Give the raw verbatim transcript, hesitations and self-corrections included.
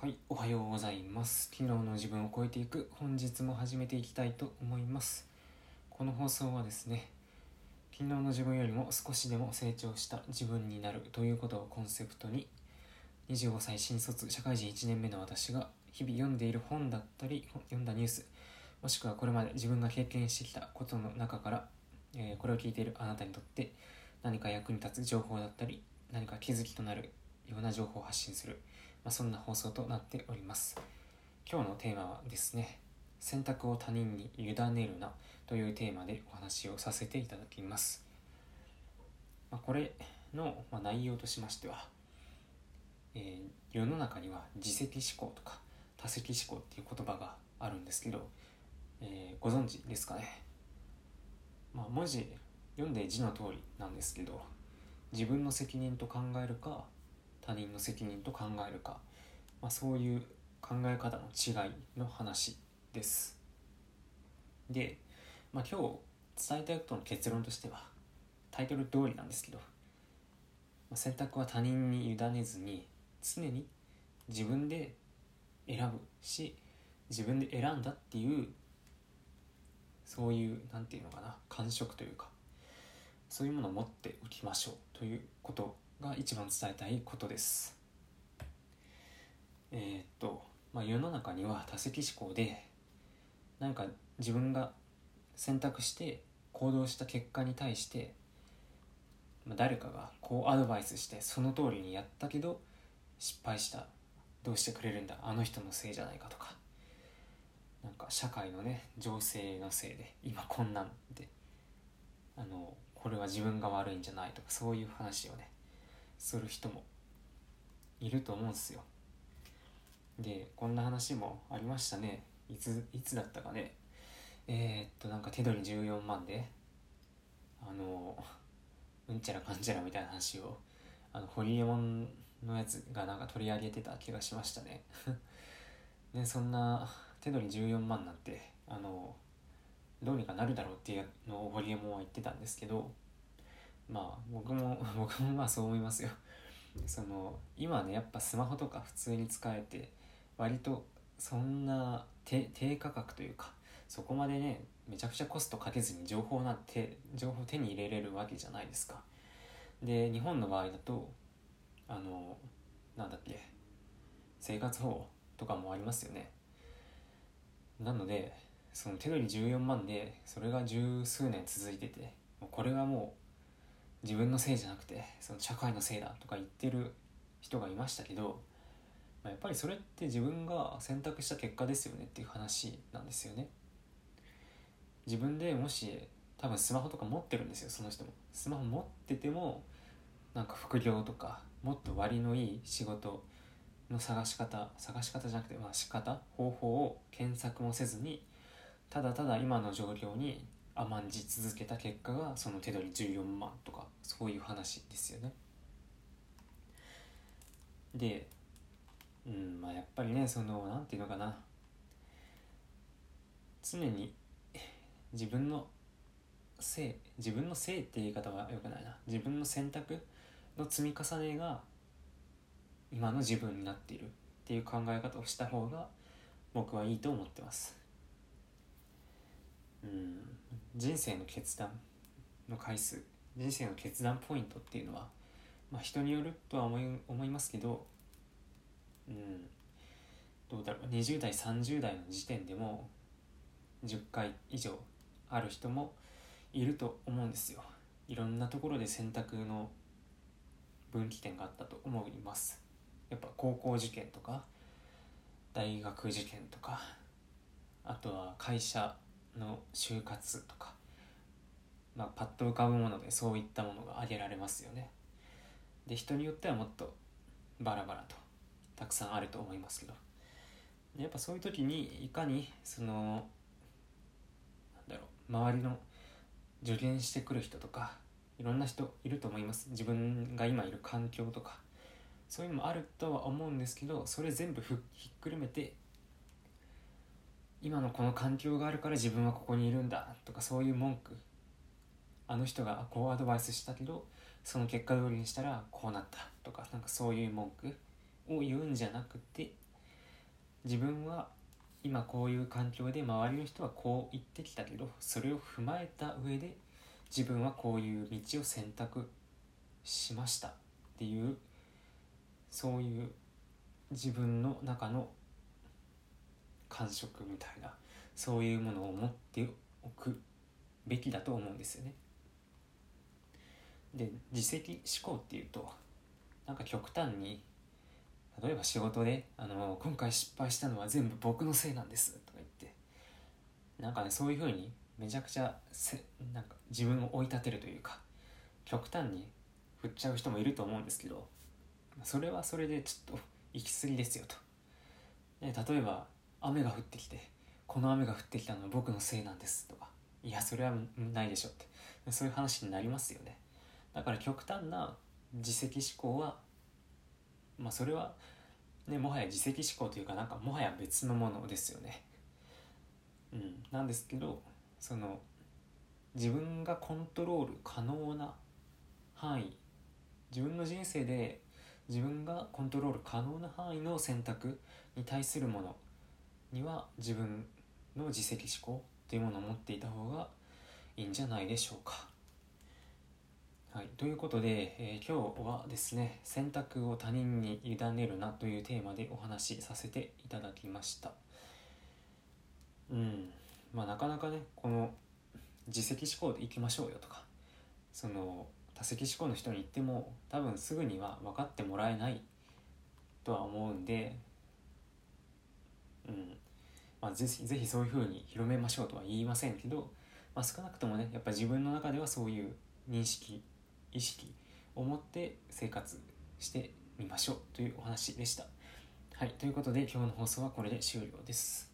はい、おはようございます。昨日の自分を超えていく本日も始めていきたいと思います。この放送はですね、昨日の自分よりも少しでも成長した自分になるということをコンセプトに、にじゅうごさい新卒社会人いちねんめの私が日々読んでいる本だったり読んだニュース、もしくはこれまで自分が経験してきたことの中から、えー、これを聞いているあなたにとって何か役に立つ情報だったり何か気づきとなるような情報を発信する、まあ、そんな放送となっております。今日のテーマはですね、選択を他人に委ねるなというテーマでお話をさせていただきます。まあ、これの内容としましては、えー、世の中には自責思考とか他責思考っていう言葉があるんですけど、えー、ご存知ですかね。まあ、文字読んで字の通りなんですけど、自分の責任と考えるか他人の責任と考えるか、まあ、そういう考え方の違いの話です。で、まあ、今日伝えたいことの結論としてはタイトル通りなんですけど、まあ、選択は他人に委ねずに常に自分で選ぶし自分で選んだっていうそういうなんていうのかな感触というかそういうものを持っておきましょうということが一番伝えたいことです。えー、っと、まあ、世の中には多責思考で何か自分が選択して行動した結果に対して、まあ、誰かがこうアドバイスしてその通りにやったけど失敗した、どうしてくれるんだ、あの人のせいじゃないかとか、なんか社会のね情勢のせいで今こんなんで、あのこれは自分が悪いんじゃないとかそういう話をねする人もいると思うんですよ。でこんな話もありましたね。いついつだったかね。えー、っとなんか手取りじゅうよんまんであのうんちゃらかんちゃらみたいな話をあのホリエモンのやつがなんか取り上げてた気がしましたね。でそんな手取りじゅうよんまんなんてあのどうにかなるだろうっていうのをホリエモンは言ってたんですけど、まあ僕も僕もまあそう思いますよ。その今ねやっぱスマホとか普通に使えて割とそんな 低, 低価格というかそこまでねめちゃくちゃコストかけずに情報なんて情報手に入れれるわけじゃないですか。で日本の場合だとあのなんだっけ生活保護とかもありますよね。なのでその手取りじゅうよんまんでそれが十数年続いてて、もうこれはもう自分のせいじゃなくてその社会のせいだとか言ってる人がいましたけど、まあ、やっぱりそれって自分が選択した結果ですよねっていう話なんですよね。自分でもし多分スマホとか持ってるんですよ。その人もスマホ持っててもなんか副業とかもっと割のいい仕事の探し方探し方じゃなくてまあ仕方方法を検索もせずにただただ今の状況に甘んじ続けた結果がその手取りじゅうよんまんとかそういう話ですよね。で、うんまあやっぱりねそのなんていうのかな、常に自分のせい自分のせいって言い方は良くないな、自分の選択の積み重ねが今の自分になっているっていう考え方をした方が僕はいいと思ってます。うん人生の決断の回数人生の決断ポイントっていうのは、まあ、人によるとは思い、思いますけど、うん、どうだろうにじゅう代さんじゅう代の時点でもじゅっかい以上ある人もいると思うんですよ。いろんなところで選択の分岐点があったと思います。やっぱ高校受験とか大学受験とか、あとは会社の就活とか、まあ、パッと浮かぶものでそういったものが挙げられますよね。で人によってはもっとバラバラとたくさんあると思いますけど、やっぱそういう時にいかにそのなんだろう周りの助言してくる人とかいろんな人いると思います。自分が今いる環境とかそういうのもあるとは思うんですけど、それ全部ひっくるめて今のこの環境があるから自分はここにいるんだとかそういう文句、あの人がこうアドバイスしたけどその結果通りにしたらこうなったとか、なんかそういう文句を言うんじゃなくて、 自分は今こういう環境で周りの人はこう言ってきたけど、それを踏まえた上で自分はこういう道を選択しましたっていう、そういう自分の中の感触みたいな、そういうものを持っておくべきだと思うんですよね。で、自責思考っていうと、なんか極端に、例えば仕事であの今回失敗したのは全部僕のせいなんですとか言って、なんかね、そういう風にめちゃくちゃせなんか自分を追い立てるというか、極端に振っちゃう人もいると思うんですけど、それはそれでちょっと行き過ぎですよと。で例えば雨が降ってきて、この雨が降ってきたのは僕のせいなんですとか、いやそれはないでしょって、そういう話になりますよね。だから極端な自責思考は、まあそれはね、もはや自責思考というか、なんかもはや別のものですよね。うん、なんですけど、その自分がコントロール可能な範囲、自分の人生で自分がコントロール可能な範囲の選択に対するものには、自分の自責思考というものを持っていた方がいいんじゃないでしょうか。はい、ということで、えー、今日はですね、選択を他人に委ねるなというテーマでお話しさせていただきました。うん、まあなかなかね、この自責思考でいきましょうよとか、その多責思考の人に言っても多分すぐには分かってもらえないとは思うんで、うんまあ、ぜひぜひそういう風に広めましょうとは言いませんけど、まあ、少なくともね、やっぱ自分の中ではそういう認識意識を持って生活してみましょうというお話でした。はい、ということで今日の放送はこれで終了です。